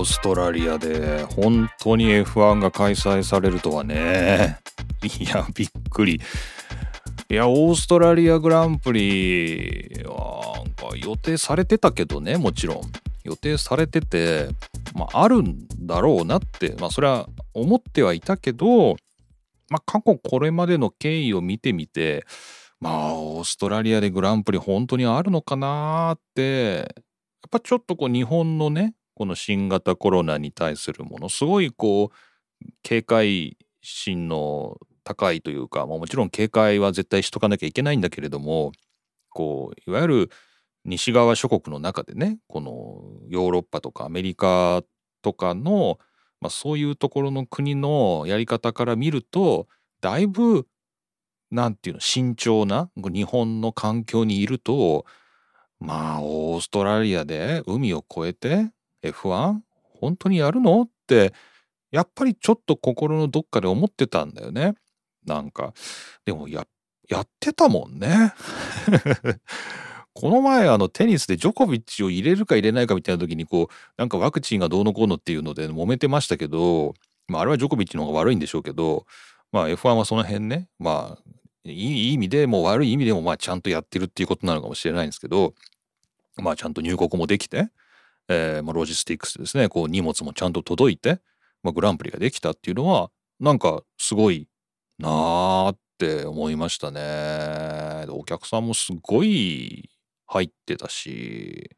ストラリアで本当に F1 が開催されるとはね。いや、びっくり。いや、オーストラリアグランプリはなんか予定されてたけどね、もちろん。予定されてて、あるんだろうなって、それは思ってはいたけど、過去これまでの経緯を見てみて、オーストラリアでグランプリ本当にあるのかなって、やっぱちょっと日本のね、この新型コロナに対するものすごい警戒心の高いというか、もちろん警戒は絶対しとかなきゃいけないんだけれども、いわゆる西側諸国の中でね、このヨーロッパとかアメリカとかの、そういうところの国のやり方から見ると、だいぶなんていうの、慎重な日本の環境にいると、オーストラリアで海を越えて F1 本当にやるのってやっぱりちょっと心のどっかで思ってたんだよね。なんかでもやってたもんね。この前テニスでジョコビッチを入れるか入れないかみたいな時になんかワクチンがどうのこうのっていうので揉めてましたけど、あれはジョコビッチの方が悪いんでしょうけど、F1 はその辺ね、いい意味でも悪い意味でもちゃんとやってるっていうことなのかもしれないんですけど、ちゃんと入国もできて、ロジスティックスですね、荷物もちゃんと届いて、グランプリができたっていうのはなんかすごいなーって思いましたね。お客さんもすごい入ってたし、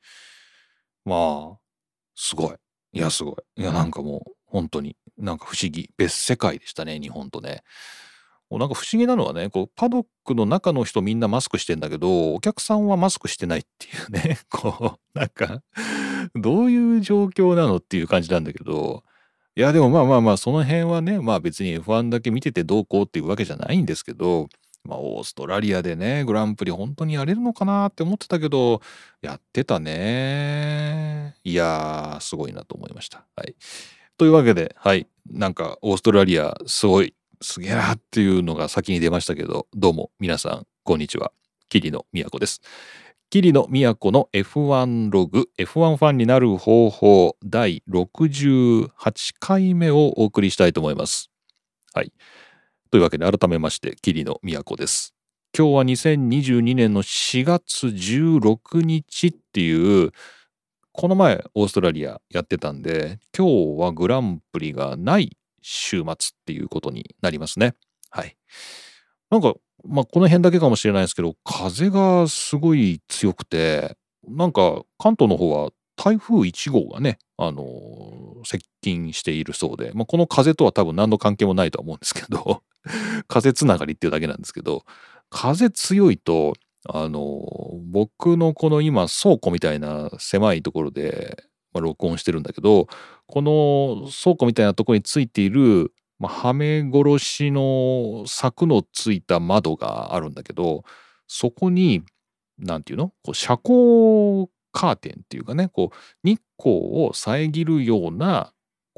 すごい。いや、すごい。いや、なんかもう本当になんか不思議。別世界でしたね、日本とね。なんか不思議なのはね、パドックの中の人みんなマスクしてんだけど、お客さんはマスクしてないっていうね、なんか、どういう状況なのっていう感じなんだけど、いや、でもその辺はね、別に F1 だけ見ててどうこうっていうわけじゃないんですけど、オーストラリアでね、グランプリ本当にやれるのかなって思ってたけど、やってたね。いやー、すごいなと思いました。はい。というわけで、はい。なんか、オーストラリア、すげえなっていうのが先に出ましたけど、どうも皆さん、こんにちは。桐野都です。桐野都の F1 ログ、F1 ファンになる方法、第68回目をお送りしたいと思います。はい。というわけで、改めまして、桐野都です。今日は2022年の4月16日っていう、この前オーストラリアやってたんで、今日はグランプリがない週末っていうことになりますね。はい。なんか、この辺だけかもしれないですけど、風がすごい強くて、なんか関東の方は台風1号がね、接近しているそうで、この風とは多分何の関係もないとは思うんですけど、風つながりっていうだけなんですけど、風強いと、僕のこの今倉庫みたいな狭いところで、録音してるんだけど、この倉庫みたいなところについている、はめ殺しの柵のついた窓があるんだけど、そこに、なんていうの遮光カーテンっていうかね、日光を遮るような、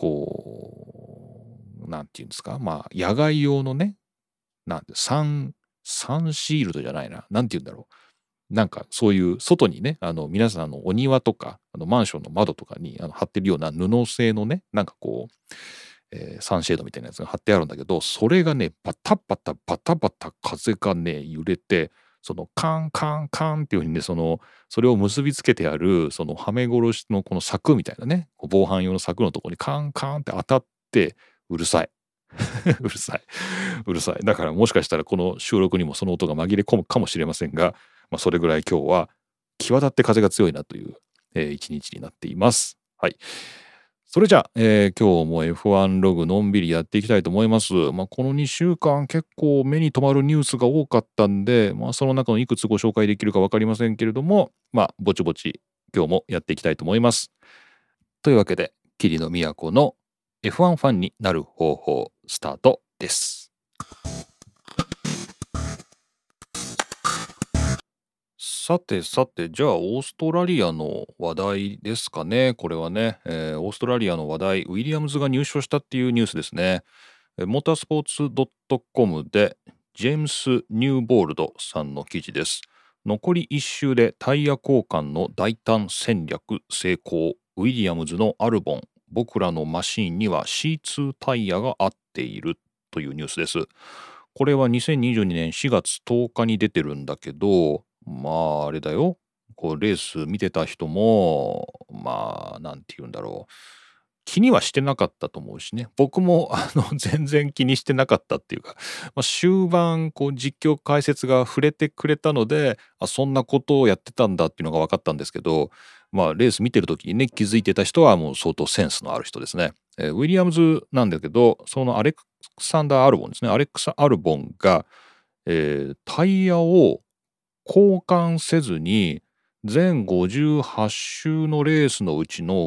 なんていうんですか、野外用のね、サンシールドじゃないな。なんて言うんだろう。なんかそういう外にね、皆さんお庭とか、マンションの窓とかに貼ってるような布製のね、なんかサンシェードみたいなやつが貼ってあるんだけど、それがね、バタバタバタバタ風がね、揺れて、そのカンカンカンっていうふうにね、それを結びつけてある、そのはめ殺しのこの柵みたいなね、防犯用の柵のところにカンカンって当たって、うるさい。うるさい。うるさい。だからもしかしたらこの収録にもその音が紛れ込むかもしれませんが、それぐらい今日は際立って風が強いなという、一日になっています。はい。それじゃあ、今日も F1 ログのんびりやっていきたいと思います。この2週間結構目に留まるニュースが多かったんで、その中のいくつご紹介できるか分かりませんけれども、ぼちぼち今日もやっていきたいと思います。というわけで、桐野都の F1 ファンになる方法スタートです。さてさて、じゃあオーストラリアの話題ですかね。これはね、オーストラリアの話題、ウィリアムズが入賞したっていうニュースですね。モータースポーツ .com でジェームス・ニューボールドさんの記事です。残り1周でタイヤ交換の大胆戦略成功。ウィリアムズのアルボン、 僕らのマシンには C2 タイヤが合っているというニュースです。これは2022年4月10日に出てるんだけど、まああれだよ。こうレース見てた人も、まあなんて言うんだろう。気にはしてなかったと思うしね。僕も全然気にしてなかったっていうか、終盤こう実況解説が触れてくれたので、そんなことをやってたんだっていうのが分かったんですけど、レース見てる時にね気づいてた人はもう相当センスのある人ですね。ウィリアムズなんだけど、そのアレクサンダー・アルボンですね。アレクサ・アルボンが、タイヤを交換せずに全58周のレースのうちの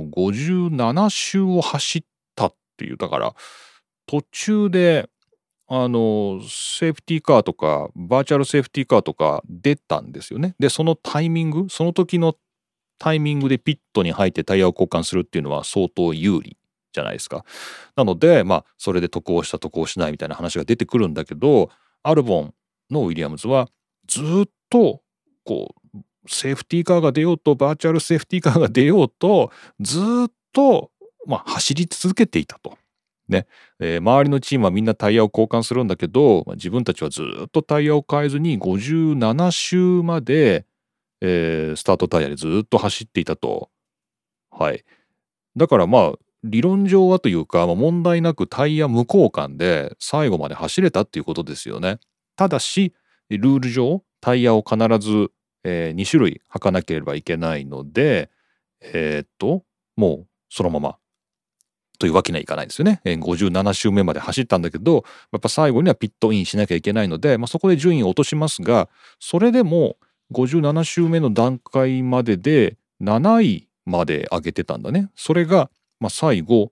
57周を走ったっていう、だから途中でセーフティーカーとかバーチャルセーフティーカーとか出たんですよね。でそのタイミング、その時のタイミングでピットに入ってタイヤを交換するっていうのは相当有利じゃないですか。なのでそれで得をした得をしないみたいな話が出てくるんだけど、アルボンのウィリアムズはずっとこうセーフティーカーが出ようとバーチャルセーフティーカーが出ようとずっと走り続けていたと。ね、周りのチームはみんなタイヤを交換するんだけど、自分たちはずっとタイヤを変えずに57周まで、スタートタイヤでずっと走っていたと。はい。だから理論上はというか、問題なくタイヤ無交換で最後まで走れたっていうことですよね。ただしルール上タイヤを必ず、2種類履かなければいけないので、もうそのままというわけにはいかないですよね。57周目まで走ったんだけど、やっぱ最後にはピットインしなきゃいけないので、そこで順位を落としますが、それでも57周目の段階までで7位まで上げてたんだね。それが、最後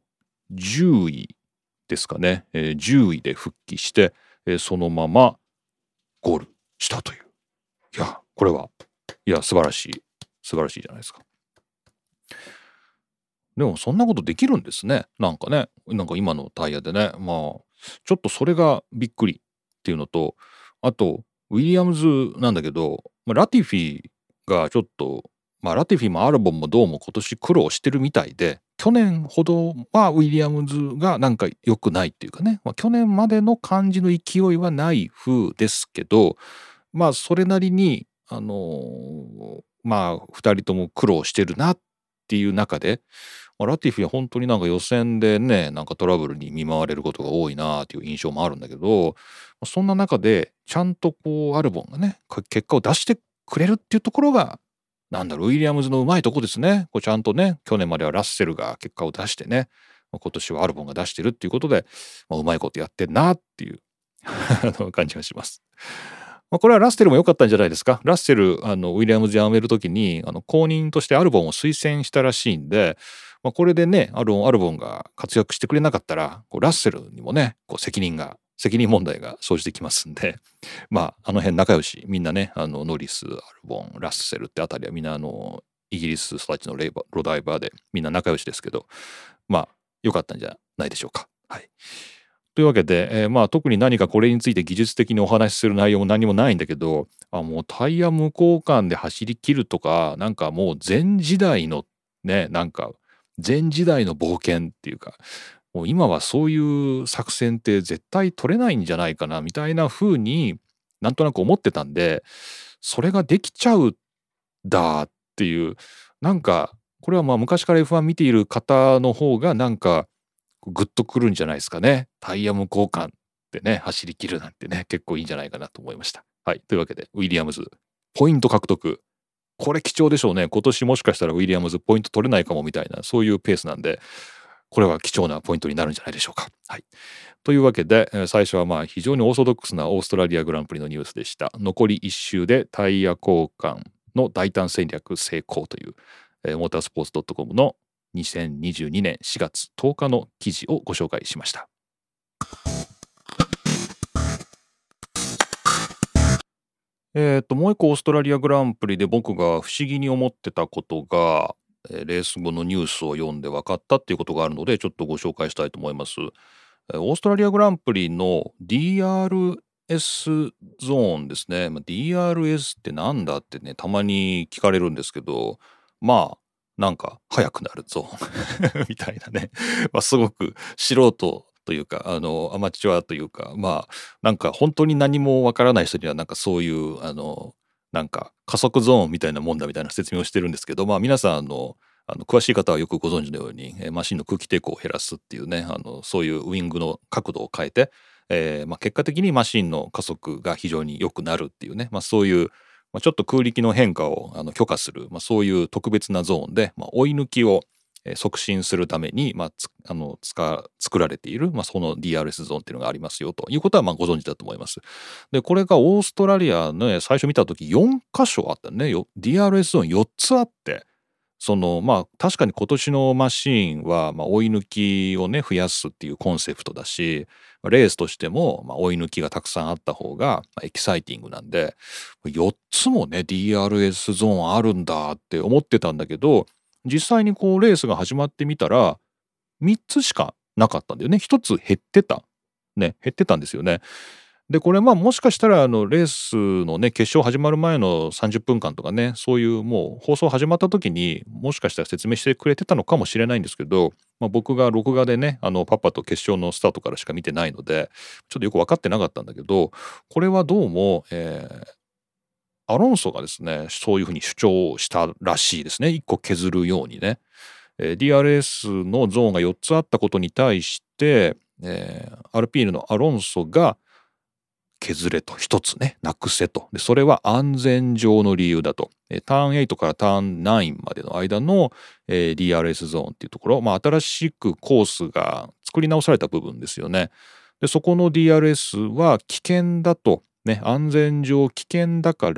10位ですかね。10位で復帰して、そのままゴールしたという。いや、これは、素晴らしい。素晴らしいじゃないですか。でもそんなことできるんですね。なんかね、なんか今のタイヤでね、ちょっとそれがびっくりっていうのと、あとウィリアムズなんだけど、ラティフィがちょっと、ラティフィもアルボンもどうも今年苦労してるみたいで、去年ほどはウィリアムズがなんか良くないっていうかね、去年までの感じの勢いはない風ですけど、それなりに2人とも苦労してるなっていう中で、ラティフィは本当になんか予選でね、なんかトラブルに見舞われることが多いなっていう印象もあるんだけど、そんな中でちゃんとこうアルボンがね結果を出してくれるっていうところが、なんだろう、ウィリアムズのうまいとこですね。こうちゃんとね、去年まではラッセルが結果を出してね、今年はアルボンが出してるっていうことで、うまいことやってんなっていう感じがします。これはラッセルも良かったんじゃないですか。ラッセルウィリアムズ辞める時に後任としてアルボンを推薦したらしいんで、これでねアルボンが活躍してくれなかったらラッセルにもね責任問題が生じてきますんで、あの辺仲良しみんなね、ノリス、アルボン、ラッセルってあたりはみんなイギリス育ちのロダイバーでみんな仲良しですけど、良かったんじゃないでしょうか。はい。というわけで、特に何かこれについて技術的にお話しする内容も何もないんだけど、もうタイヤ無交換で走り切るとか、なんかもう前時代のね、なんか前時代の冒険っていうか、もう今はそういう作戦って絶対取れないんじゃないかなみたいな風になんとなく思ってたんで、それができちゃうんだっていう、なんかこれは昔から F1 見ている方の方がなんかグッとくるんじゃないですかね。タイヤ無交換でね走り切るなんてね、結構いいんじゃないかなと思いました。はい、というわけでウィリアムズポイント獲得、これ貴重でしょうね。今年もしかしたらウィリアムズポイント取れないかもみたいな、そういうペースなんで、これは貴重なポイントになるんじゃないでしょうか。はい、というわけで、最初は非常にオーソドックスなオーストラリアグランプリのニュースでした。残り1周でタイヤ交換の大胆戦略成功という、モータースポーツ .com の2022年4月10日の記事をご紹介しました。もう一個オーストラリアグランプリで僕が不思議に思ってたことが、レース後のニュースを読んで分かったっていうことがあるので、ちょっとご紹介したいと思います。オーストラリアグランプリの DRS ゾーンですね。DRS ってなんだってね、たまに聞かれるんですけど、 なんか速くなるゾーンみたいなね。すごく素人というか、アマチュアというか、なんか本当に何もわからない人にはなんかそういう、なんか加速ゾーンみたいなもんだみたいな説明をしてるんですけど、皆さん詳しい方はよくご存知のように、マシンの空気抵抗を減らすっていうね、そういうウィングの角度を変えて、結果的にマシンの加速が非常に良くなるっていうね、そういう、ちょっと空力の変化を許可する、そういう特別なゾーンで、追い抜きを促進するために、作られている、その DRS ゾーンっていうのがありますよということはご存知だと思います。で、これがオーストラリアの、最初見た時4箇所あったね。DRS ゾーン4つあって、確かに今年のマシーンは、追い抜きをね増やすっていうコンセプトだし、レースとしても、追い抜きがたくさんあった方が、エキサイティングなんで、4つもね DRS ゾーンあるんだって思ってたんだけど、実際にこうレースが始まってみたら3つしかなかったんだよね。1つ減ってた。ね、減ってたんですよね。で、これもしかしたらレースのね、決勝始まる前の30分間とかね、そういうもう放送始まった時にもしかしたら説明してくれてたのかもしれないんですけど、僕が録画でね、パパと決勝のスタートからしか見てないので、ちょっとよく分かってなかったんだけど、これはどうも、アロンソがですね、そういうふうに主張したらしいですね。1個削るようにね。DRS のゾーンが4つあったことに対して、アルピーヌのアロンソが削れと、一つね、なくせと。で、それは安全上の理由だと。ターン8からターン9までの間の、DRS ゾーンっていうところ、新しくコースが作り直された部分ですよね。で、そこの DRS は危険だと。ね、安全上危険だから、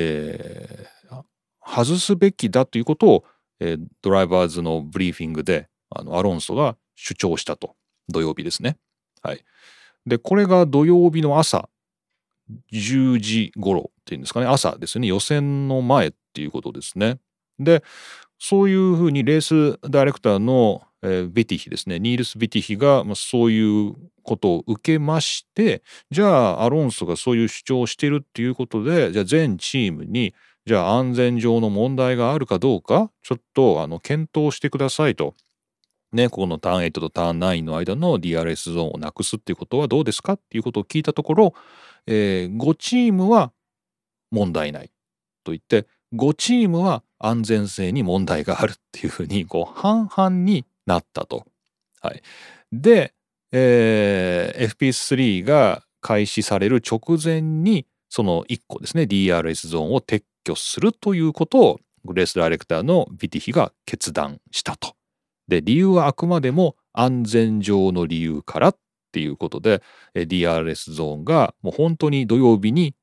外すべきだということを、ドライバーズのブリーフィングでアロンソが主張したと。土曜日ですね。はい。で、これが土曜日の朝10時頃っていうんですかね、朝ですね、予選の前っていうことですね。で、そういうふうにレースダイレクターの、ベティヒですね、ニールス・ベティヒが、そういうことを受けまして、じゃあアロンソがそういう主張をしているっていうことで、じゃあ全チームに、じゃあ安全上の問題があるかどうか、ちょっと検討してくださいと。ね、このターン8とターン9の間の DRS ゾーンをなくすっていうことはどうですかっていうことを聞いたところ、5チームは問題ないと言って5チームは安全性に問題があるっていうふうに半々になったと。はい、で、FP3 が開始される直前にその1個ですね DRS ゾーンを撤去するということをレースダイレクターのビティヒが決断したと。で、理由はあくまでも安全上の理由からっていうことで、DRS ゾーンがもう本当に土曜日に、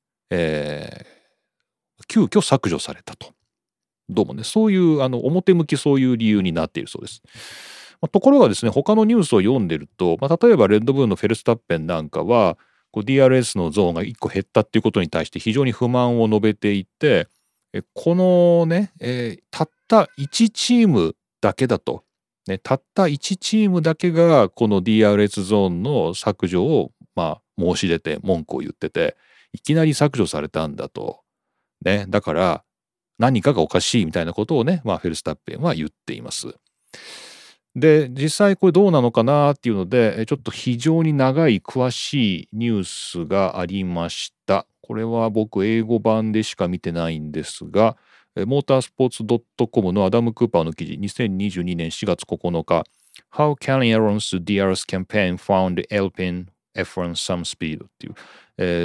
急遽削除されたと。どうもね、そういう表向きそういう理由になっているそうです。ところがですね、他のニュースを読んでると、例えばレッドブルのフェルスタッペンなんかはDRS のゾーンが1個減ったっていうことに対して非常に不満を述べていて、このね、たった1チームだけだと。ね、たった1チームだけがこの DRS ゾーンの削除を申し出て文句を言ってて、いきなり削除されたんだと。ね、だから何かがおかしいみたいなことをね、フェルスタッペンは言っています。で、実際これどうなのかなっていうので、ちょっと非常に長い詳しいニュースがありました。これは僕英語版でしか見てないんですが、モータースポーツ .com のアダム・クーパーの記事、2022年4月9日、How Callum Aarons DRS campaign found Alpine F1 some speed っていう、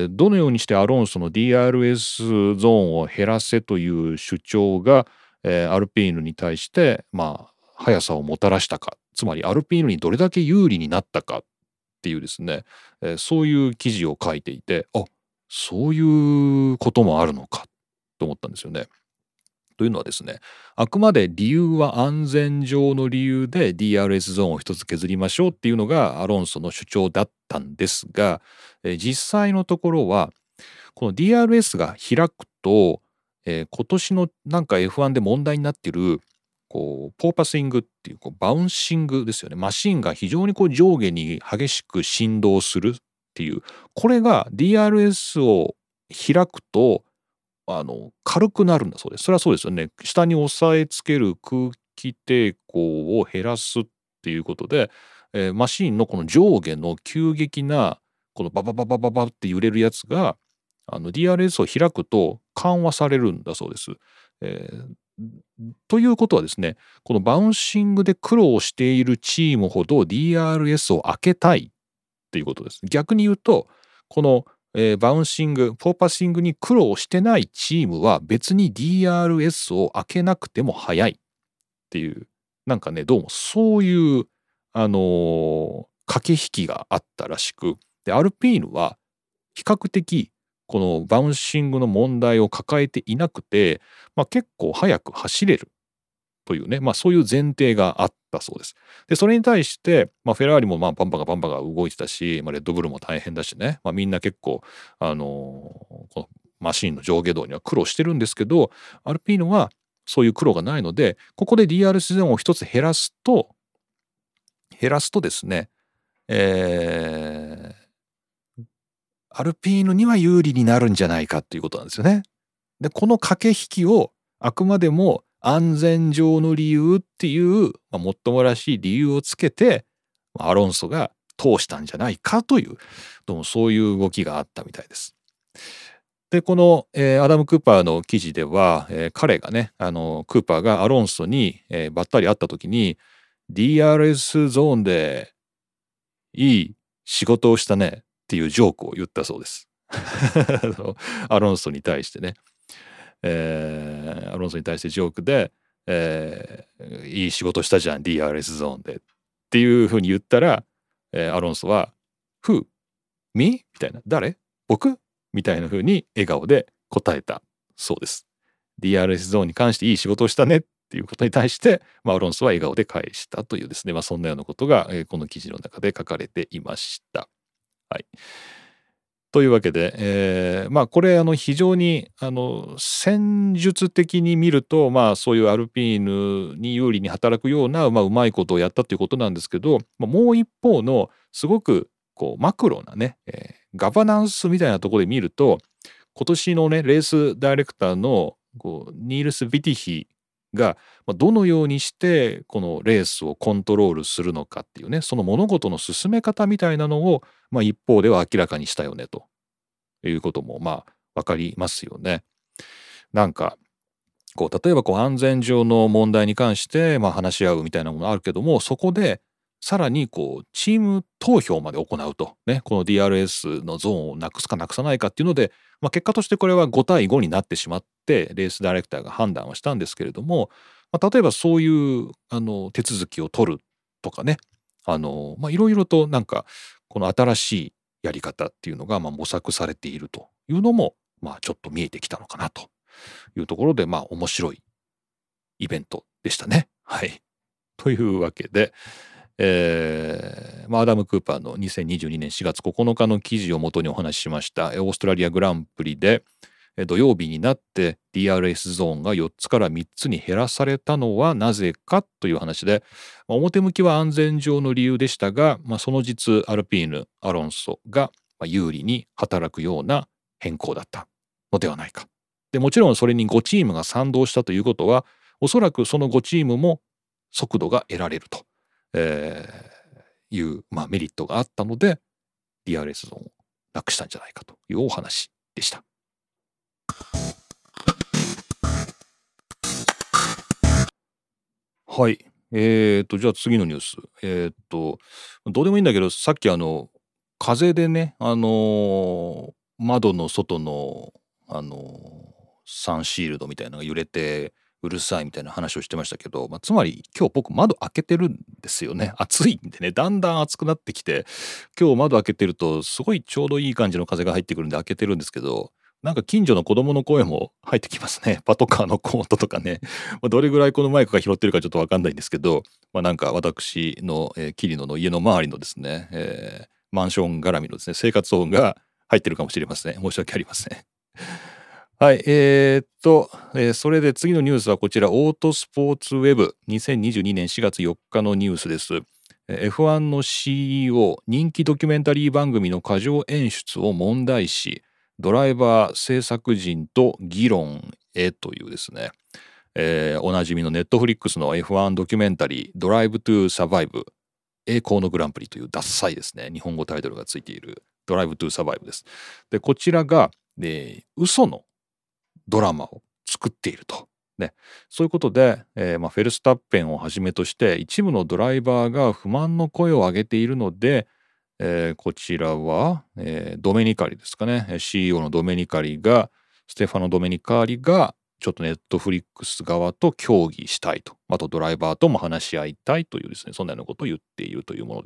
どのようにしてアロンソの DRS ゾーンを減らせという主張が、アルピーヌに対して速さをもたらしたか、つまりアルピーヌにどれだけ有利になったかっていうですね、そういう記事を書いていて、そういうこともあるのかと思ったんですよね。というのはですね、あくまで理由は安全上の理由で DRS ゾーンを一つ削りましょうっていうのがアロンソの主張だったんですが、実際のところはこの DRS が開くと、今年のなんか F1 で問題になっているポーパスイングっていうバウンシングですよね。マシンが非常に上下に激しく振動するっていう、これが DRS を開くと軽くなるんだそうです。それはそうですよね。下に押さえつける空気抵抗を減らすっていうことで、マシーンのこの上下の急激なこのババババババって揺れるやつがDRS を開くと緩和されるんだそうです。えーということはですね、このバウンシングで苦労しているチームほど DRS を開けたいっていうことです。逆に言うと、この、バウンシング、ポーパッシングに苦労してないチームは別に DRS を開けなくても早いっていう、なんかね、どうもそういう、駆け引きがあったらしく、で、アルピーヌは比較的このバウンシングの問題を抱えていなくて、結構速く走れるというね、そういう前提があったそうです。で、それに対して、フェラーリもバンバカバンバカ動いてたし、レッドブルも大変だしね、みんな結構、このマシンの上下動には苦労してるんですけど、アルピーノはそういう苦労がないので、ここで DRS ゾーンを一つ減らすとですね、アルピーノには有利になるんじゃないかっていうことなんですよね。で、この駆け引きをあくまでも安全上の理由っていう、もっともらしい理由をつけて、アロンソが通したんじゃないかという、どうもそういう動きがあったみたいです。で、この、アダム・クーパーの記事では、彼がね、クーパーがアロンソに、ばったり会った時に、DRS ゾーンでいい仕事をしたねっていうジョークを言ったそうです。アロンソに対してね。アロンソに対してジョークで、いい仕事したじゃん DRS ゾーンでっていうふうに言ったら、アロンソは「Who? Me? みたいな誰僕みたいなふうに笑顔で答えたそうです。DRS ゾーンに関していい仕事をしたねっていうことに対して、アロンソは笑顔で返したというですね、そんなようなことが、この記事の中で書かれていました。はい。というわけで、これ非常に戦術的に見るとそういうアルピーヌに有利に働くような、うまいことをやったということなんですけど、もう一方のすごくこうマクロなね、ガバナンスみたいなところで見ると今年のねレースダイレクターのニールス・ビティヒがどのようにしてこのレースをコントロールするのかっていうね、その物事の進め方みたいなのを一方では明らかにしたよねということも分かりますよね。なんか例えば安全上の問題に関して話し合うみたいなものあるけども、そこでさらにチーム投票まで行うとね、この DRS のゾーンをなくすかなくさないかっていうので、結果としてこれは5対5になってしまってレースダイレクターが判断をしたんですけれども、例えばそういう手続きを取るとかね、いろいろとなんかこの新しいやり方っていうのが模索されているというのもちょっと見えてきたのかなというところで面白いイベントでしたね。はい。というわけで、アダム・クーパーの2022年4月9日の記事をもとにお話ししましたオーストラリアグランプリで土曜日になって DRS ゾーンが4つから3つに減らされたのはなぜかという話で、表向きは安全上の理由でしたが、その実アルピーヌ、アロンソが有利に働くような変更だったのではないか。でもちろんそれに5チームが賛同したということは、おそらくその5チームも速度が得られると、いう、メリットがあったので DRS ゾーンをなくしたんじゃないかというお話でした。はい。じゃあ次のニュース。どうでもいいんだけど、さっき風でね、窓の外の、サンシールドみたいなのが揺れてうるさいみたいな話をしてましたけど、つまり今日僕窓開けてるんですよね。暑いんでね、だんだん暑くなってきて、今日窓開けてるとすごいちょうどいい感じの風が入ってくるんで開けてるんですけど、なんか近所の子供の声も入ってきますね。パトカーの音とかね。どれぐらいこのマイクが拾ってるかちょっとわかんないんですけど、なんか私の、桐野の家の周りのですね、マンション絡みのですね、生活音が入ってるかもしれません。申し訳ありません。はい、それで次のニュースはこちら、オートスポーツウェブ2022年4月4日のニュースです。F1 の CEO、人気ドキュメンタリー番組の過剰演出を問題視。 ドライバー制作人と議論へというですね、おなじみのネットフリックスの F1 ドキュメンタリードライブトゥーサバイブ栄光のグランプリというダッサいですね、日本語タイトルがついているドライブトゥーサバイブです。で、こちらが、嘘のドラマを作っていると。ね、そういうことで、フェルスタッペンをはじめとして一部のドライバーが不満の声を上げているので、こちらは、ドメニカリですかね、CEO のドメニカリがステファノ・ドメニカリがちょっとネットフリックス側と協議したいと、あとドライバーとも話し合いたいというですね、そんなようなことを言っているというものです。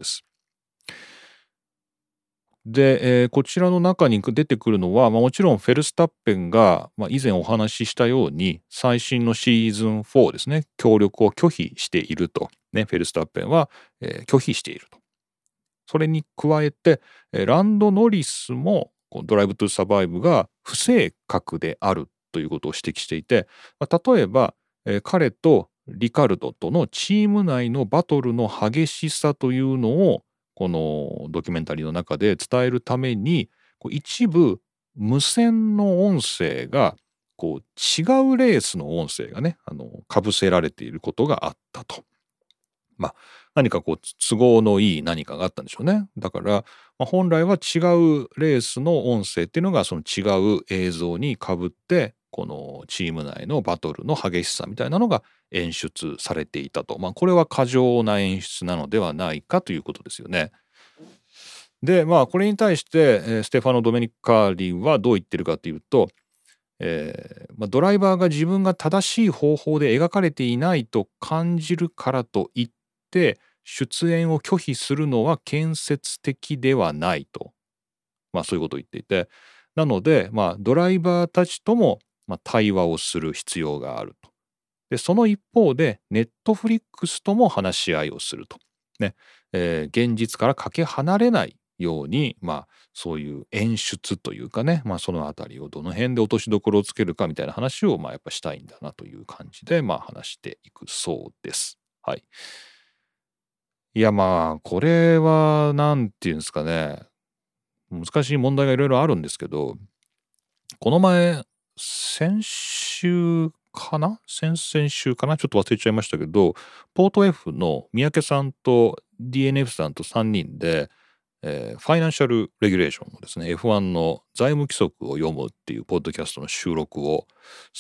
で、こちらの中に出てくるのは、もちろんフェルスタッペンが、以前お話ししたように最新のシーズン4ですね、協力を拒否していると、ね、フェルスタッペンは、拒否していると。それに加えて、ランド・ノリスもドライブ・トゥ・サバイブが不正確であるということを指摘していて、例えば、彼とリカルドとのチーム内のバトルの激しさというのをこのドキュメンタリーの中で伝えるために一部無線の音声が違うレースの音声がねかぶせられていることがあったと。何か都合のいい何かがあったんでしょうね。だから、本来は違うレースの音声っていうのがその違う映像にかぶってこのチーム内のバトルの激しさみたいなのが演出されていたと。これは過剰な演出なのではないかということですよね。でこれに対して、ステファノ・ドメニカリはどう言ってるかというと、ドライバーが自分が正しい方法で描かれていないと感じるからといって出演を拒否するのは建設的ではないと、そういうことを言っていて、なので、ドライバーたちとも、対話をする必要があると。でその一方でネットフリックスとも話し合いをすると。ね現実からかけ離れないように、そういう演出というかね、そのあたりをどの辺で落としどころをつけるかみたいな話をやっぱしたいんだなという感じで話していくそうです。はい。いやこれはなんていうんですかね、難しい問題がいろいろあるんですけど、この前先週かな先々週かなちょっと忘れちゃいましたけど、ポート F の三宅さんと DNF さんと3人で、ファイナンシャルレギュレーションのですね F1 の財務規則を読むっていうポッドキャストの収録を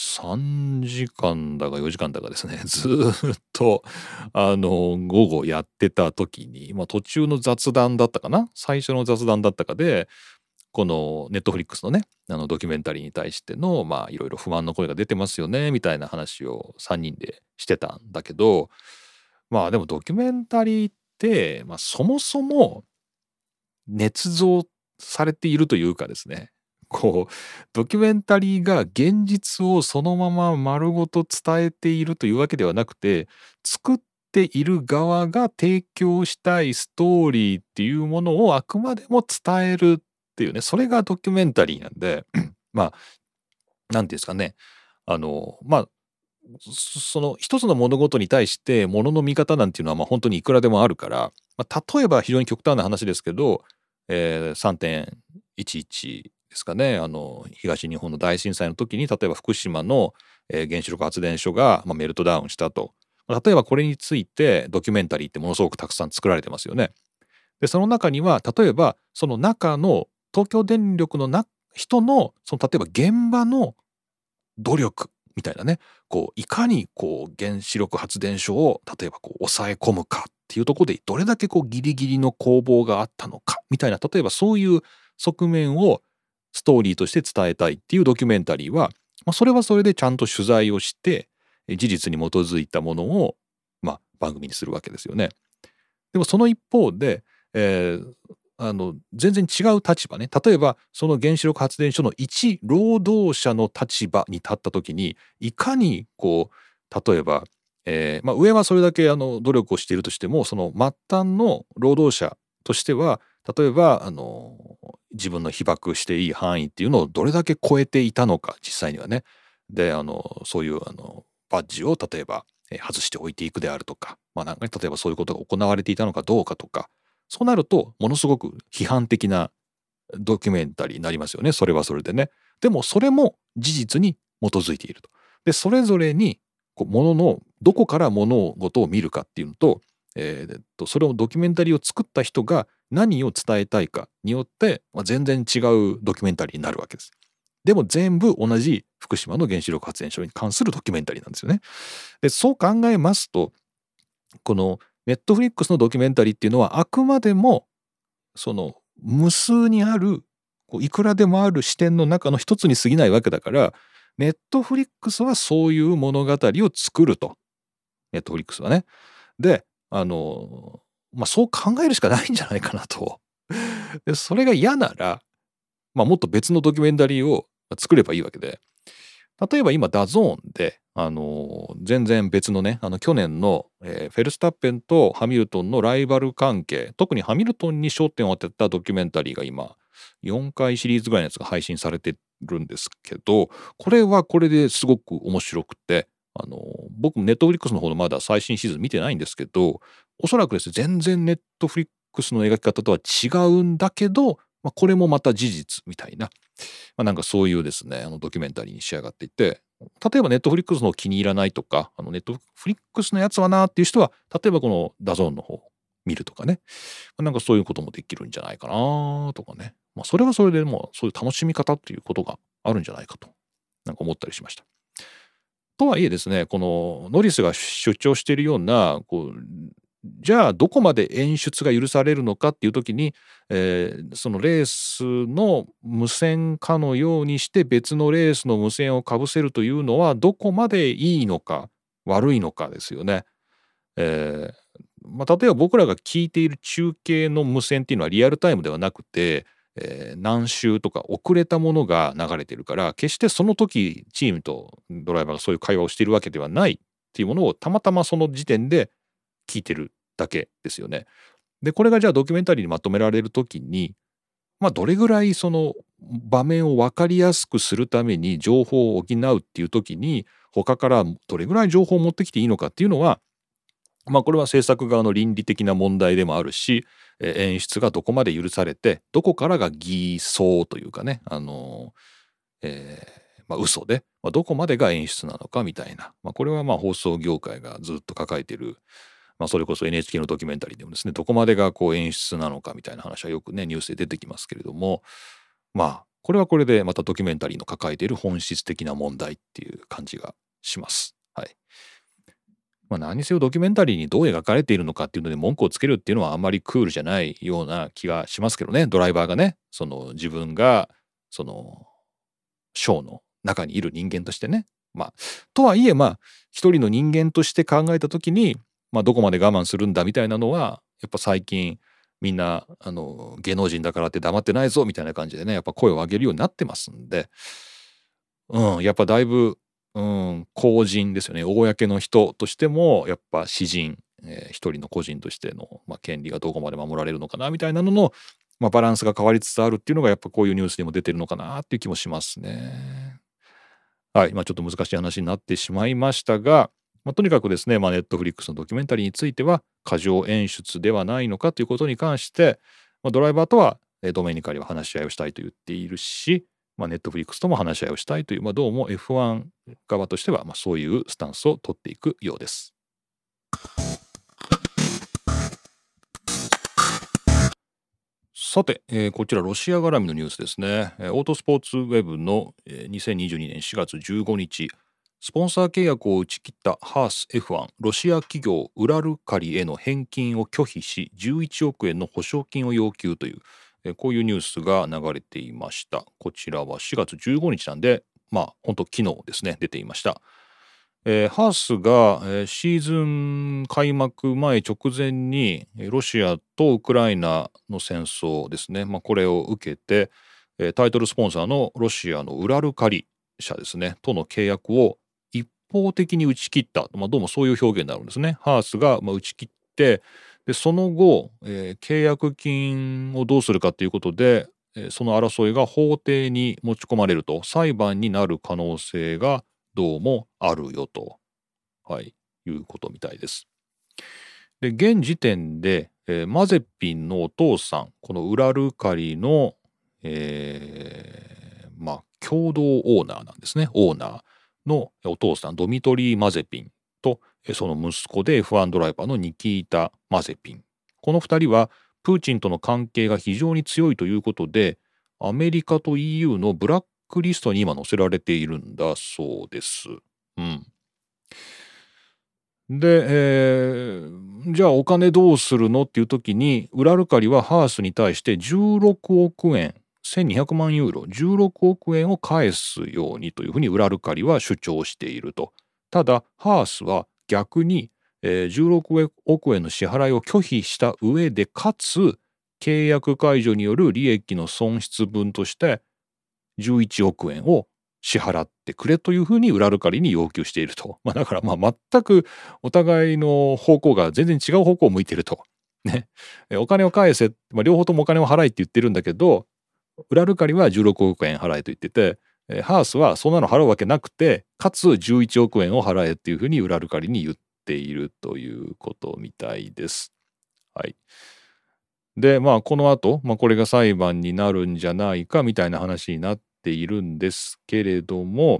3時間だか4時間だかですねずーっと午後やってた時に、途中の雑談だったかな最初の雑談だったかでこのネットフリックスのねドキュメンタリーに対してのいろいろ不満の声が出てますよねみたいな話を3人でしてたんだけど、でもドキュメンタリーって、そもそも捏造されているというかですね、ドキュメンタリーが現実をそのまま丸ごと伝えているというわけではなくて、作っている側が提供したいストーリーっていうものをあくまでも伝えるっていうね、それがドキュメンタリーなんでなんていうんですかね、その一つの物事に対して物の見方なんていうのは本当にいくらでもあるから、例えば非常に極端な話ですけど、3.11ですかね、東日本の大震災の時に例えば福島の、原子力発電所が、メルトダウンしたと。例えばこれについてドキュメンタリーってものすごくたくさん作られてますよね。でその中には例えばその中の東京電力の人の例えば現場の努力みたいなね、いかに原子力発電所を例えば抑え込むかっていうところでどれだけギリギリの攻防があったのかみたいな、例えばそういう側面をストーリーとして伝えたいっていうドキュメンタリーは、それはそれでちゃんと取材をして事実に基づいたものを、番組にするわけですよね。でもその一方で、全然違う立場ね、例えばその原子力発電所の一労働者の立場に立った時にいかに例えば、上はそれだけ努力をしているとしても、その末端の労働者としては例えば自分の被爆していい範囲っていうのをどれだけ超えていたのか実際にはね。でそういうバッジを例えば外しておいていくであるとか、なんか例えばそういうことが行われていたのかどうかとか、そうなるとものすごく批判的なドキュメンタリーになりますよね。それはそれでね。でもそれも事実に基づいていると。でそれぞれにもののどこから物事を見るかっていうのと、それをドキュメンタリーを作った人が何を伝えたいかによって、全然違うドキュメンタリーになるわけです。でも全部同じ福島の原子力発電所に関するドキュメンタリーなんですよね。でそう考えますと、このネットフリックスのドキュメンタリーっていうのはあくまでもその無数にあるいくらでもある視点の中の一つに過ぎないわけだから、ネットフリックスはそういう物語を作ると。ネットフリックスはね。でそう考えるしかないんじゃないかなと。でそれが嫌なら、もっと別のドキュメンタリーを作ればいいわけで、例えば今ダゾーンで全然別のね、去年の、フェルスタッペンとハミルトンのライバル関係、特にハミルトンに焦点を当てたドキュメンタリーが今4回シリーズぐらいのやつが配信されてるんですけど、これはこれですごく面白くて、僕もネットフリックスの方のまだ最新シーズン見てないんですけど、おそらくですね、全然ネットフリックスの描き方とは違うんだけど、これもまた事実みたいな、なんかそういうですね、ドキュメンタリーに仕上がっていて、例えばネットフリックスの気に入らないとか、ネットフリックスのやつはなっていう人は、例えばこのダゾーンの方見るとかね、なんかそういうこともできるんじゃないかなとかね、それはそれでもうそういう楽しみ方っていうことがあるんじゃないかと、なんか思ったりしました。とはいえですね、このノリスが主張しているようなじゃあどこまで演出が許されるのかっていう時に、そのレースの無線かのようにして別のレースの無線をかぶせるというのはどこまでいいのか悪いのかですよね。例えば僕らが聞いている中継の無線っていうのはリアルタイムではなくて、何周とか遅れたものが流れてるから、決してその時チームとドライバーがそういう会話をしているわけではないっていうものをたまたまその時点で聞いてるだけですよね。でこれがじゃあドキュメンタリーにまとめられる時に、どれぐらいその場面を分かりやすくするために情報を補うっていう時に他からどれぐらい情報を持ってきていいのかっていうのは、これは制作側の倫理的な問題でもあるし、演出がどこまで許されてどこからが偽装というかね、嘘で、どこまでが演出なのかみたいな、これは放送業界がずっと抱えている、それこそ NHK のドキュメンタリーでもですね、どこまでが演出なのかみたいな話はよくねニュースで出てきますけれども、これはこれでまたドキュメンタリーの抱えている本質的な問題っていう感じがします。はい。何せよドキュメンタリーにどう描かれているのかっていうので文句をつけるっていうのはあんまりクールじゃないような気がしますけどね。ドライバーがね、その自分がそのショーの中にいる人間としてね、とはいえ一人の人間として考えた時に、どこまで我慢するんだみたいなのはやっぱ最近みんな芸能人だからって黙ってないぞみたいな感じでね、やっぱ声を上げるようになってますんで、やっぱだいぶ公人ですよね。公の人としてもやっぱ私人、一人の個人としての、権利がどこまで守られるのかなみたいなのの、バランスが変わりつつあるっていうのがやっぱこういうニュースにも出てるのかなっていう気もしますね。はい、ちょっと難しい話になってしまいましたが、とにかくですね、ネットフリックスのドキュメンタリーについては過剰演出ではないのかということに関して、ドライバーとはドメニカリは話し合いをしたいと言っているし、ネットフリックスとも話し合いをしたいという、どうも F1 側としてはそういうスタンスを取っていくようです。さて、こちらロシア絡みのニュースですね。オートスポーツウェブの2022年4月15日、スポンサー契約を打ち切ったハース F1 ロシア企業ウラルカリへの返金を拒否し11億円の保証金を要求という、こういうニュースが流れていました。こちらは4月15日なんで、本当昨日ですね、出ていました。ハースが、シーズン開幕前直前にロシアとウクライナの戦争ですね、これを受けて、タイトルスポンサーのロシアのウラルカリ社ですねとの契約を一方的に打ち切った、どうもそういう表現になるんですね。ハースが打ち切って、でその後、契約金をどうするかということで、その争いが法廷に持ち込まれると、裁判になる可能性がどうもあるよと、いうことみたいです。で現時点で、マゼピンのお父さん、このウラルカリの、 共同オーナーなんですね。オーナーのお父さんドミトリー・マゼピンとその息子で F1 ドライバーのニキータ・マゼピン。この2人はプーチンとの関係が非常に強いということで、アメリカと EU のブラックリストに今載せられているんだそうです。うん。で、じゃあお金どうするのっていう時に、ウラルカリはハースに対して16億円、1200万ユーロ、16億円を返すようにというふうにウラルカリは主張していると。ただ、ハースは逆に、16億円の支払いを拒否した上で、かつ、契約解除による利益の損失分として11億円を支払ってくれというふうにウラルカリに要求していると。だから全くお互いの方向が全然違う方向を向いていると。ね。お金を返せ、両方ともお金を払えって言ってるんだけど、ウラルカリは16億円払えと言ってて、ハースはそんなの払うわけなくて、かつ11億円を払えっていうふうにウラルカリに言っているということみたいです。はい。で、この後、これが裁判になるんじゃないかみたいな話になっているんですけれども、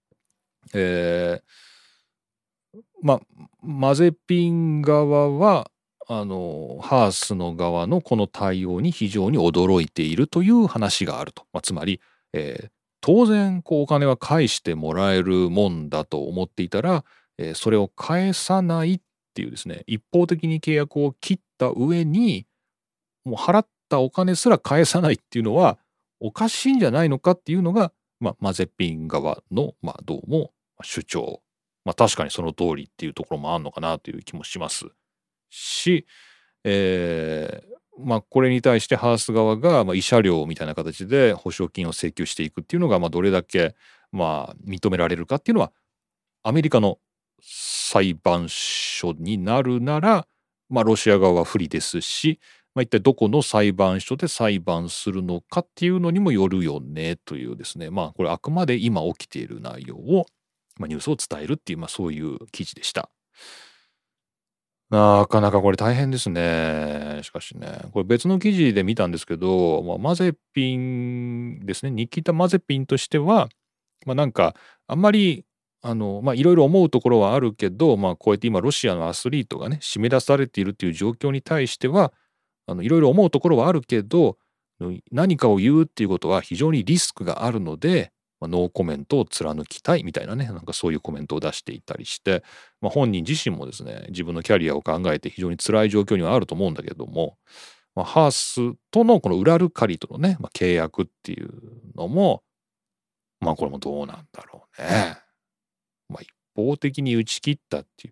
マゼピン側は、ハースの側のこの対応に非常に驚いているという話があると。つまり、当然お金は返してもらえるもんだと思っていたら、それを返さないっていうですね、一方的に契約を切った上に、もう払ったお金すら返さないっていうのはおかしいんじゃないのかっていうのが、マゼピン側の、どうも主張。確かにその通りっていうところもあるのかなという気もしますし、これに対してハース側が、慰謝料みたいな形で保証金を請求していくっていうのが、どれだけ、認められるかっていうのは、アメリカの裁判所になるなら、ロシア側は不利ですし、一体どこの裁判所で裁判するのかっていうのにもよるよねというですね、これあくまで今起きている内容を、ニュースを伝えるっていう、そういう記事でした。なかなかこれ大変ですね。しかしね、これ別の記事で見たんですけど、マゼピンですね、ニキタ・マゼピンとしては、なんかあんまりいろいろ思うところはあるけど、こうやって今ロシアのアスリートがね締め出されているっていう状況に対してはいろいろ思うところはあるけど、何かを言うっていうことは非常にリスクがあるので、ノーコメントを貫きたいみたいなね、なんかそういうコメントを出していたりして、本人自身もですね、自分のキャリアを考えて非常に辛い状況にはあると思うんだけども、ハースとのこのウラルカリとのね、契約っていうのも、これもどうなんだろうね。一方的に打ち切ったっていう。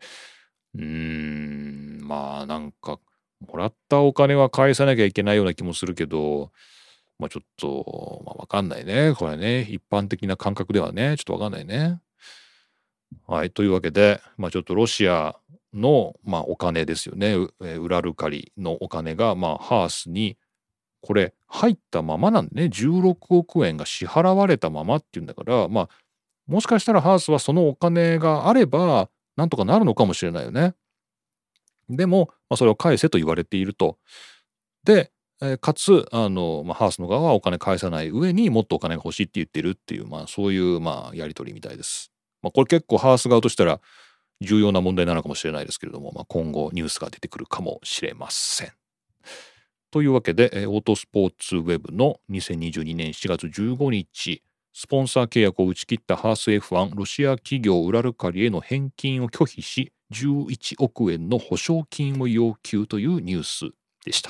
なんか、もらったお金は返さなきゃいけないような気もするけど、ちょっと、わかんないね。これね、一般的な感覚ではね、ちょっとわかんないね。はい。というわけで、ちょっとロシアの、お金ですよね。ウラルカリのお金が、ハースに、これ、入ったままなんでね、16億円が支払われたままっていうんだから、もしかしたらハースはそのお金があれば、なんとかなるのかもしれないよね。でも、それを返せと言われていると。で、かつ、ハースの側はお金返さない上にもっとお金が欲しいって言ってるっていう、そういう、やり取りみたいです。これ結構ハース側としたら重要な問題なのかもしれないですけれども、今後ニュースが出てくるかもしれません。というわけで、オートスポーツウェブの2022年7月15日、スポンサー契約を打ち切ったハース F1 ロシア企業ウラルカリへの返金を拒否し、11億円の保証金を要求というニュースでした。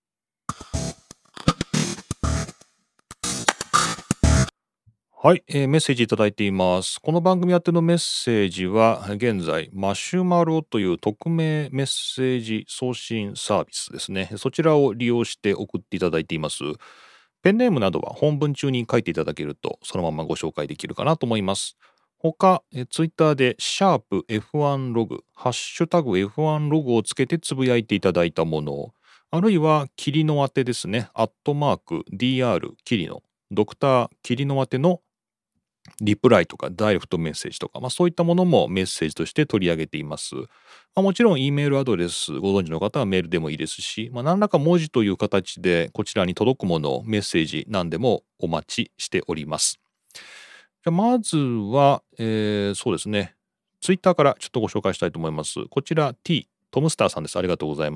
はい、メッセージいただいています。この番組宛てのメッセージは現在マシュマロという匿名メッセージ送信サービスですね。そちらを利用して送っていただいています。ペンネームなどは本文中に書いていただけるとそのままご紹介できるかなと思います。他、ツイッターでシャープ F1 ログ、ハッシュタグ F1 ログをつけてつぶやいていただいたもの、あるいはキリノ宛てですね、@DR キリノ、ドクターキリノ宛てのリプライとかダイレクトメッセージとか、そういったものもメッセージとして取り上げています。もちろん E メールアドレスご存知の方はメールでもいいですし、何らか文字という形でこちらに届くものをメッセージ何でもお待ちしております。じゃあまずは、そうですね、ツイッターからちょっとご紹介したいと思います。こちら T トムスターさんです。ありがとうございます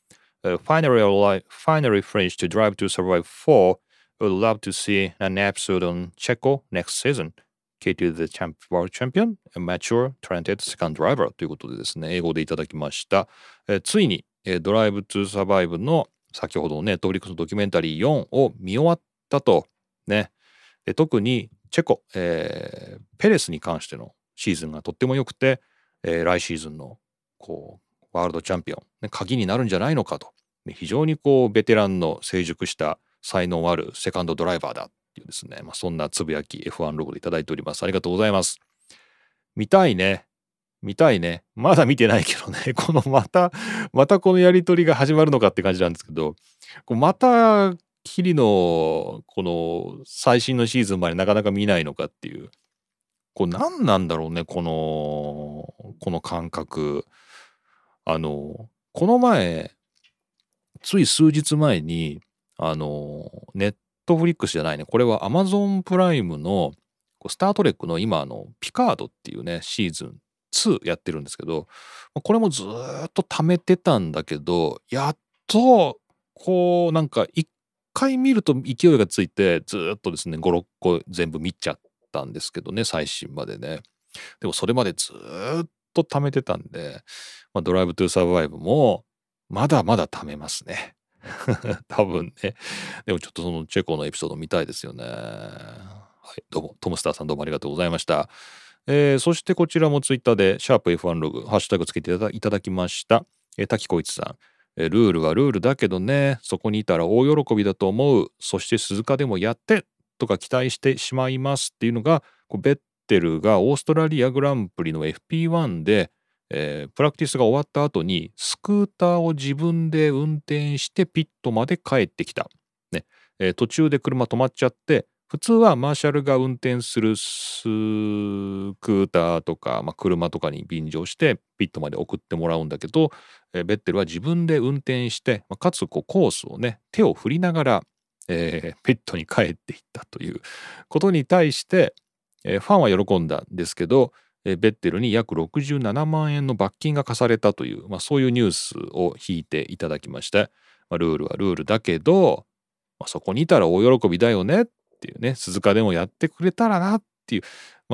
。Finally finished to Drive to Survive 4. Would love to see an episode on Checo next season. K2 the World Champion, a mature, talented second driver ということでですね、英語でいただきました。ついに、ドライブトゥサバイブの先ほどのネットフリックスのドキュメンタリー4を見終わったと。ね。特にチェコ、ペレスに関してのシーズンがとっても良くて、来シーズンのワールドチャンピオン、鍵になるんじゃないのかと。非常にベテランの成熟した才能あるセカンドドライバーだっていうですね、そんなつぶやき F1 ログでいただいております。ありがとうございます。見たいね。見たいね。まだ見てないけどね、このまたこのやりとりが始まるのかって感じなんですけど、またキリのこの最新のシーズンまでなかなか見ないのかっていう、何なんだろうね、この感覚。この前、つい数日前に、ネットフリックスじゃないね、これはアマゾンプライムのスター・トレックの今ピカードっていうねシーズン2やってるんですけど、これもずっと貯めてたんだけど、やっとなんか1回見ると勢いがついてずっとですね5、6個全部見ちゃったんですけどね、最新までね。でもそれまでずっと貯めてたんで、ドライブトゥサバイブもまだまだ貯めますね。多分ね。でもちょっとそのチェコのエピソード見たいですよね。はい、どうも、トムスターさんどうもありがとうございました。そしてこちらもツイッターで、シャープ F1 ログ、ハッシュタグつけていただきました。滝光一さん。ルールはルールだけどね、そこにいたら大喜びだと思う。そして鈴鹿でもやってとか期待してしまいますっていうのが、ベッテルがオーストラリアグランプリの FP1 で、プラクティスが終わった後にスクーターを自分で運転してピットまで帰ってきた。ね、途中で車止まっちゃって、普通はマーシャルが運転するスクーターとか、車とかに便乗してピットまで送ってもらうんだけど、ベッテルは自分で運転して、かつコースをね手を振りながら、ピットに帰っていったということに対して、ファンは喜んだんですけど、ベッテルに約67万円の罰金が課されたという、そういうニュースを引いていただきまして、ルールはルールだけど、そこにいたら大喜びだよねっていうね、鈴鹿でもやってくれたらなっていう、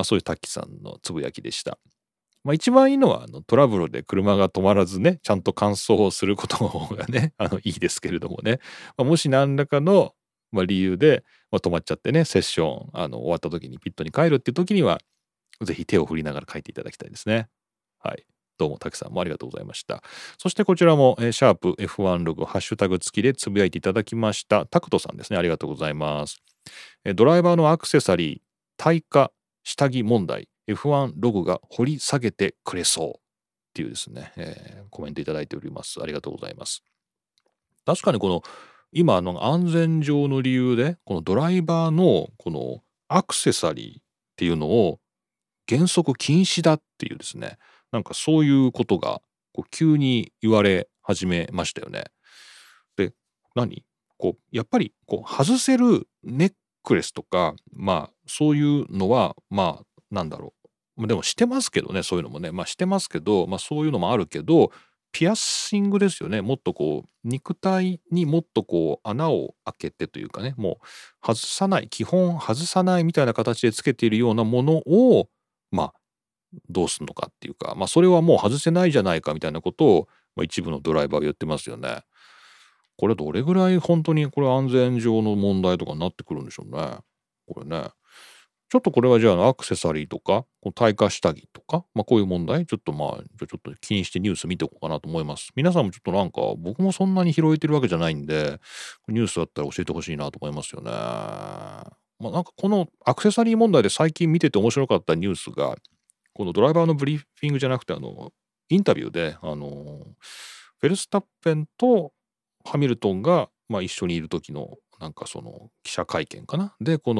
そういうタッキさんのつぶやきでした。一番いいのはトラブルで車が止まらずね、ちゃんと完走することの方がね、いいですけれどもね、もし何らかの、理由で、止まっちゃってね、セッション終わった時にピットに帰るっていう時には、ぜひ手を振りながら書いていただきたいですね。はい。どうも、たくさんもありがとうございました。そしてこちらも、シャープ F1 ログ、ハッシュタグ付きでつぶやいていただきました。タクトさんですね。ありがとうございます。ドライバーのアクセサリー、耐火、下着問題、F1 ログが掘り下げてくれそうっていうですね、コメントいただいております。ありがとうございます。確かに今安全上の理由で、このドライバーのこのアクセサリーっていうのを原則禁止だっていうですね、なんかそういうことが急に言われ始めましたよね。で、やっぱり外せるネックレスとか、そういうのはなんだろう、でもしてますけどね、そういうのもね、してますけど、そういうのもあるけど、ピアッシングですよね。もっと肉体にもっと穴を開けてというかね、もう外さない、基本外さないみたいな形でつけているようなものをどうすんのかっていうか、それはもう外せないじゃないかみたいなことを、一部のドライバーは言ってますよね。これどれぐらい本当にこれ安全上の問題とかになってくるんでしょうね。これね。ちょっとこれはじゃあアクセサリーとか、耐火下着とか、こういう問題、ちょっとじゃあちょっと気にしてニュース見ておこうかなと思います。皆さんもちょっとなんか、僕もそんなに拾えてるわけじゃないんで、ニュースだったら教えてほしいなと思いますよね。なんかこのアクセサリー問題で最近見てて面白かったニュースが、このドライバーのブリーフィングじゃなくてインタビューでフェルスタッペンとハミルトンが、一緒にいる時のなんかその記者会見かなで、この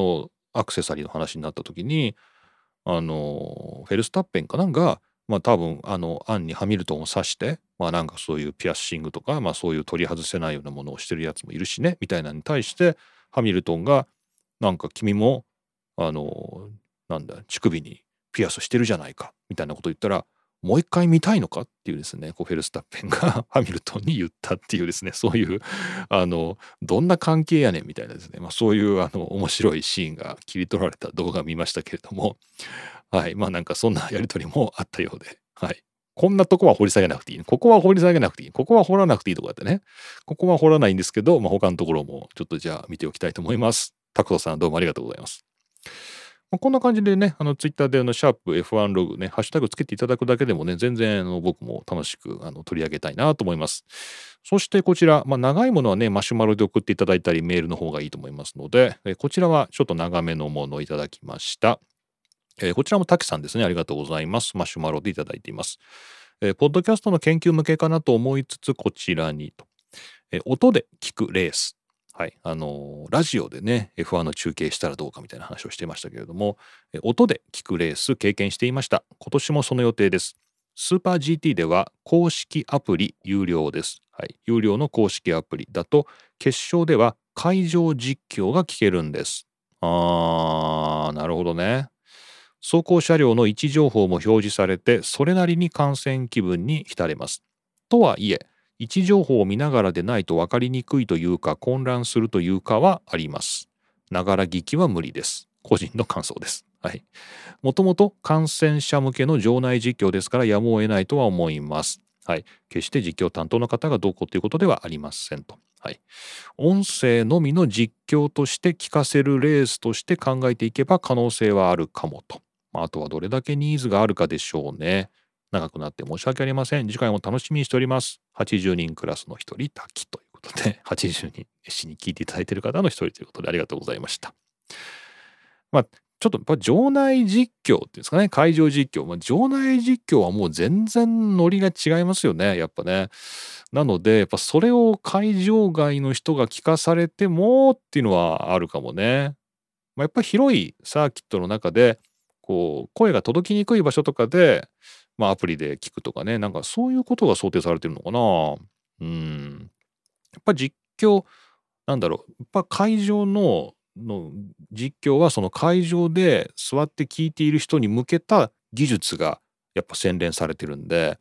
アクセサリーの話になった時にフェルスタッペンかなんか多分アンにハミルトンを指してなんかそういうピアッシングとかそういう取り外せないようなものをしてるやつもいるしねみたいなのに対してハミルトンがなんか君もなんだ乳首にピアスしてるじゃないかみたいなことを言ったらもう一回見たいのかっていうですねフェルスタッペンがハミルトンに言ったっていうですねそういうどんな関係やねんみたいなですねそういう面白いシーンが切り取られた動画を見ましたけれどもはいなんかそんなやり取りもあったようではいこんなとこは掘り下げなくていいここは掘り下げなくていいここは掘らなくていいとかってねここは掘らないんですけど他のところもちょっとじゃあ見ておきたいと思います。タクトさんどうもありがとうございます。こんな感じでね、ツイッターでシャープ F1 ログね、ハッシュタグつけていただくだけでもね、全然僕も楽しく取り上げたいなと思います。そしてこちら、長いものはね、マシュマロで送っていただいたり、メールの方がいいと思いますので、こちらはちょっと長めのものをいただきました。こちらもタキさんですね、ありがとうございます。マシュマロでいただいています。ポッドキャストの研究向けかなと思いつつ、こちらにと。音で聞くレース。はい、ラジオでね F1 の中継したらどうかみたいな話をしていましたけれども音で聞くレース経験していました。今年もその予定です。スーパー GT では公式アプリ有料です。はい、有料の公式アプリだと決勝では会場実況が聞けるんです。なるほどね。走行車両の位置情報も表示されてそれなりに観戦気分に浸れます。とはいえ位置情報を見ながらでないと分かりにくいというか混乱するというかはあります。ながら聞きは無理です。個人の感想です。はい。もともと観戦者向けの場内実況ですからやむを得ないとは思います。はい。決して実況担当の方がどうこうということではありませんと。はい。音声のみの実況として聞かせるレースとして考えていけば可能性はあるかもと。あとはどれだけニーズがあるかでしょうね。長くなって申し訳ありません。次回も楽しみにしております。80人クラスの一人、滝ということで、80人熱心に聞いていただいている方の一人ということでありがとうございました。ちょっとやっぱ場内実況っていうんですかね、会場実況。場内実況はもう全然ノリが違いますよね、やっぱね。なので、やっぱそれを会場外の人が聞かされてもっていうのはあるかもね。やっぱり広いサーキットの中で、声が届きにくい場所とかで、アプリで聞くとかね、なんかそういうことが想定されてるのかな。やっぱ実況、なんだろう、やっぱ会場の実況はその会場で座って聞いている人に向けた技術がやっぱ洗練されてるんで、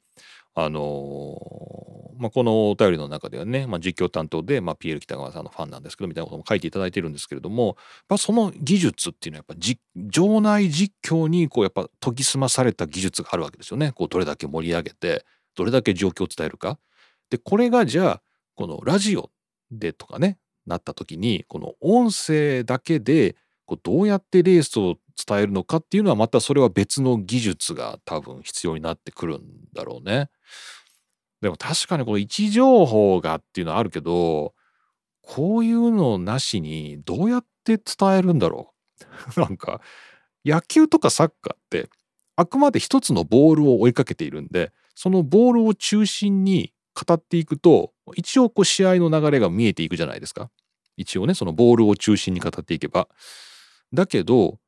このお便りの中ではね、実況担当で、ピエール北川さんのファンなんですけどみたいなことも書いていただいてるんですけれども、その技術っていうのはやっぱ場内実況にやっぱ研ぎ澄まされた技術があるわけですよね。どれだけ盛り上げてどれだけ状況を伝えるか。でこれがじゃあこのラジオでとかねなった時にこの音声だけでどうやってレースを伝えるのかっていうのはまたそれは別の技術が多分必要になってくるんだろうね。でも確かにこの位置情報がっていうのはあるけどこういうのなしにどうやって伝えるんだろう。なんか野球とかサッカーってあくまで一つのボールを追いかけているんでそのボールを中心に語っていくと一応試合の流れが見えていくじゃないですか。一応ねそのボールを中心に語っていけば。だけど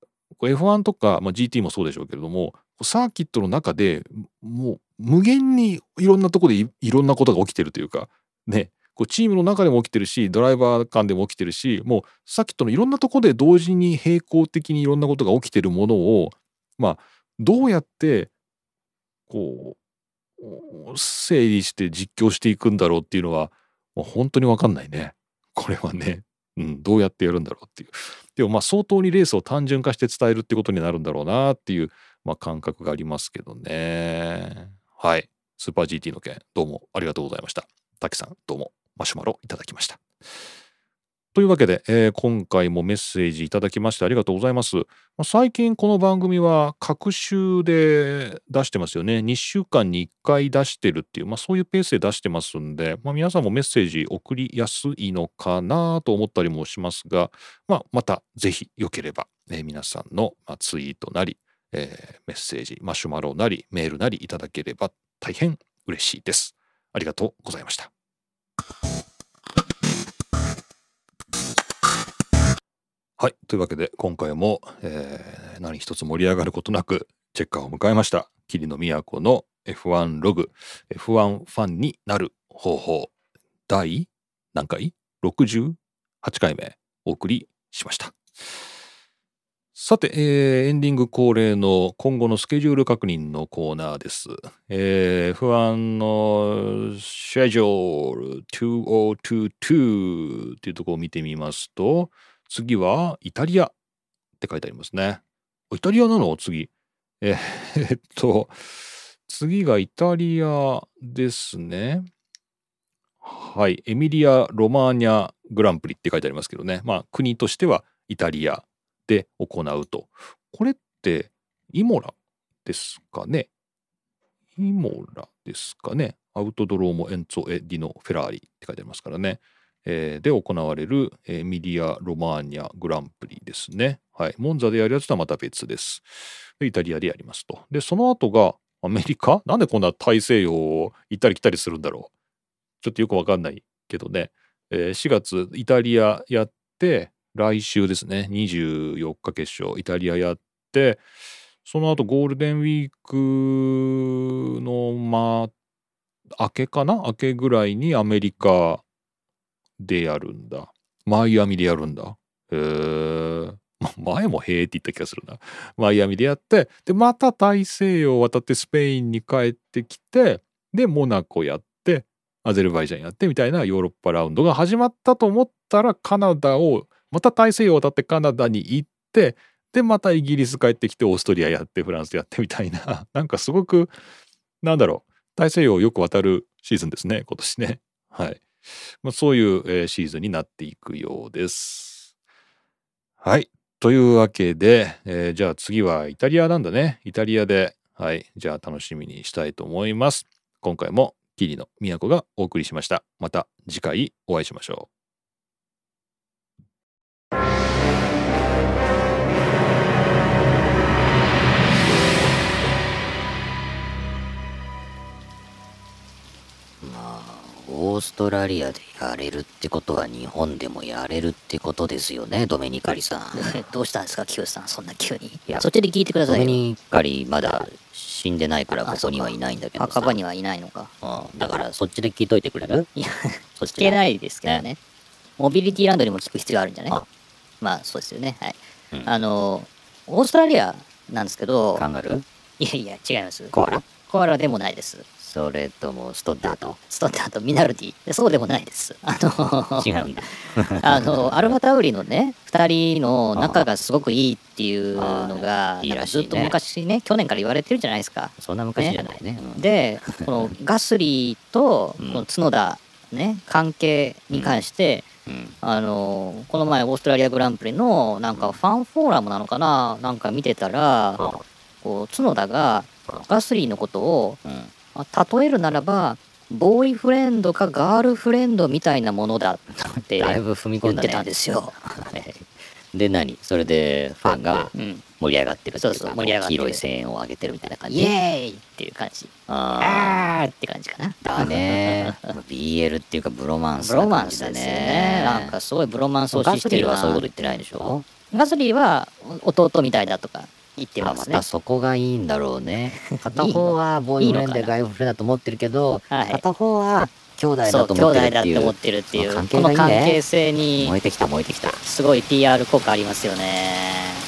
F1 とか、GT もそうでしょうけれどもサーキットの中でもう無限にいろんなところでいろんなことが起きてるというかねチームの中でも起きてるしドライバー間でも起きてるしもうサーキットのいろんなところで同時に並行的にいろんなことが起きてるものをどうやってこ整理して実況していくんだろうっていうのはもう本当に分かんないね。これはね、どうやってやるんだろうっていう。でも相当にレースを単純化して伝えるってことになるんだろうなっていう、感覚がありますけどね。はい。スーパー GT の件どうもありがとうございました。滝さんどうもマシュマロいただきました。というわけで、今回もメッセージいただきましてありがとうございます。最近この番組は各週で出してますよね。2週間に1回出してるっていう、そういうペースで出してますんで、皆さんもメッセージ送りやすいのかなと思ったりもしますが、またぜひよければ、皆さんの、ツイートなり、メッセージ、マシュマロなり、メールなりいただければ大変嬉しいです。ありがとうございました。 はい、というわけで今回も、何一つ盛り上がることなくチェッカーを迎えました。桐野都の F1 ログ F1 ファンになる方法第何回 ?68 回目お送りしました。さて、エンディング恒例の今後のスケジュール確認のコーナーです。F1 のシェジュール2022っていうところを見てみますと、次はイタリアって書いてありますね。イタリアなの次。次がイタリアですね。はい。エミリア・ロマーニャグランプリって書いてありますけどね。まあ、国としてはイタリアで行うと。これってイモラですかね。イモラですかね。アウトドローモ・エンツォ・エ・ディノ・フェラーリって書いてありますからね。で行われるエミリア・ロマーニャグランプリですね。はい。モンザでやるやつとはまた別です。でイタリアでやりますと。で、その後がアメリカ？なんでこんな大西洋を行ったり来たりするんだろう。ちょっとよくわかんないけどね。4月イタリアやって、来週ですね。24日決勝イタリアやって、その後ゴールデンウィークの明けかな？明けぐらいにアメリカでやるんだ。マイアミでやるんだ。前もへーって言った気がするな。マイアミでやって、で、また大西洋を渡ってスペインに帰ってきて、で、モナコやって、アゼルバイジャンやってみたいなヨーロッパラウンドが始まったと思ったら、カナダを、また大西洋を渡ってカナダに行って、で、またイギリス帰ってきて、オーストリアやって、フランスやってみたいな、なんかすごく、なんだろう、大西洋をよく渡るシーズンですね、今年ね。はい。そういう、シーズンになっていくようです。はい。というわけで、じゃあ次はイタリアなんだね。イタリアで、はい。じゃあ楽しみにしたいと思います。今回も桐野都がお送りしました。また次回お会いしましょう。 オーストラリアでやれるってことは日本でもやれるってことですよね、ドメニカリさん。 どうしたんですか、キューさん、そんな急に。 いやそっちで聞いてくだドメさいよ。 ニカリまだ死んでないからここにはいないんだけどさ。 墓場にはいないのか。 だからそっちで聞いといてくれる？ いや、 そっち聞けないですけどね。モビリティランドにも聞く必要あるんじゃない？ あまあ、そうですよね。はい。 うんオーストラリアなんですけど、 カンガルー？ いやいや、違います。 コアラ？ コアラでもないです。 それともストッダート？ ストッターとミナルディ。そうでもないです。 違うんだ。 アルファタウリのね、二人の仲がすごくいいっていうのが、 いいらしいねずっと昔ね、去年から言われてるじゃないですか。 そんな昔じゃないね。 で、このガスリーとうんこの角田ね、関係に関して、 うんこの前オーストラリアグランプリのなんかファンフォーラムなのかな、なんか見てたら、こう角田がガスリーのことを、 うん例えるならばボーイフレンドかガールフレンドみたいなものだってだいぶ踏み込んだね。 言ってたんですよ。 で何？それでファンがうん、 盛り上がってるっていうか、 そうそう盛り上がってる黄色い声援を上げてるみたいな感じ。 イエーイっていう感じ。 ああーって感じかな。 だね。BL っていうかブロマンスブロな感じだマンスですよね。なんかすごいブロマンスをガスリーししてるな。 はそういうこと言ってないでしょ？ ガスリーは弟みたいだとか言ってまますねた。そこがいいんだろうね。片方はボーイフレンドでガイフレンドだと思ってるけど、 はい片方は兄弟そう、 だと兄弟思ってるっていう。 だって思ってるっていう、 その関この関係がいいね係性に燃えてきた燃えてきた。 すごい PR 効果ありますよね。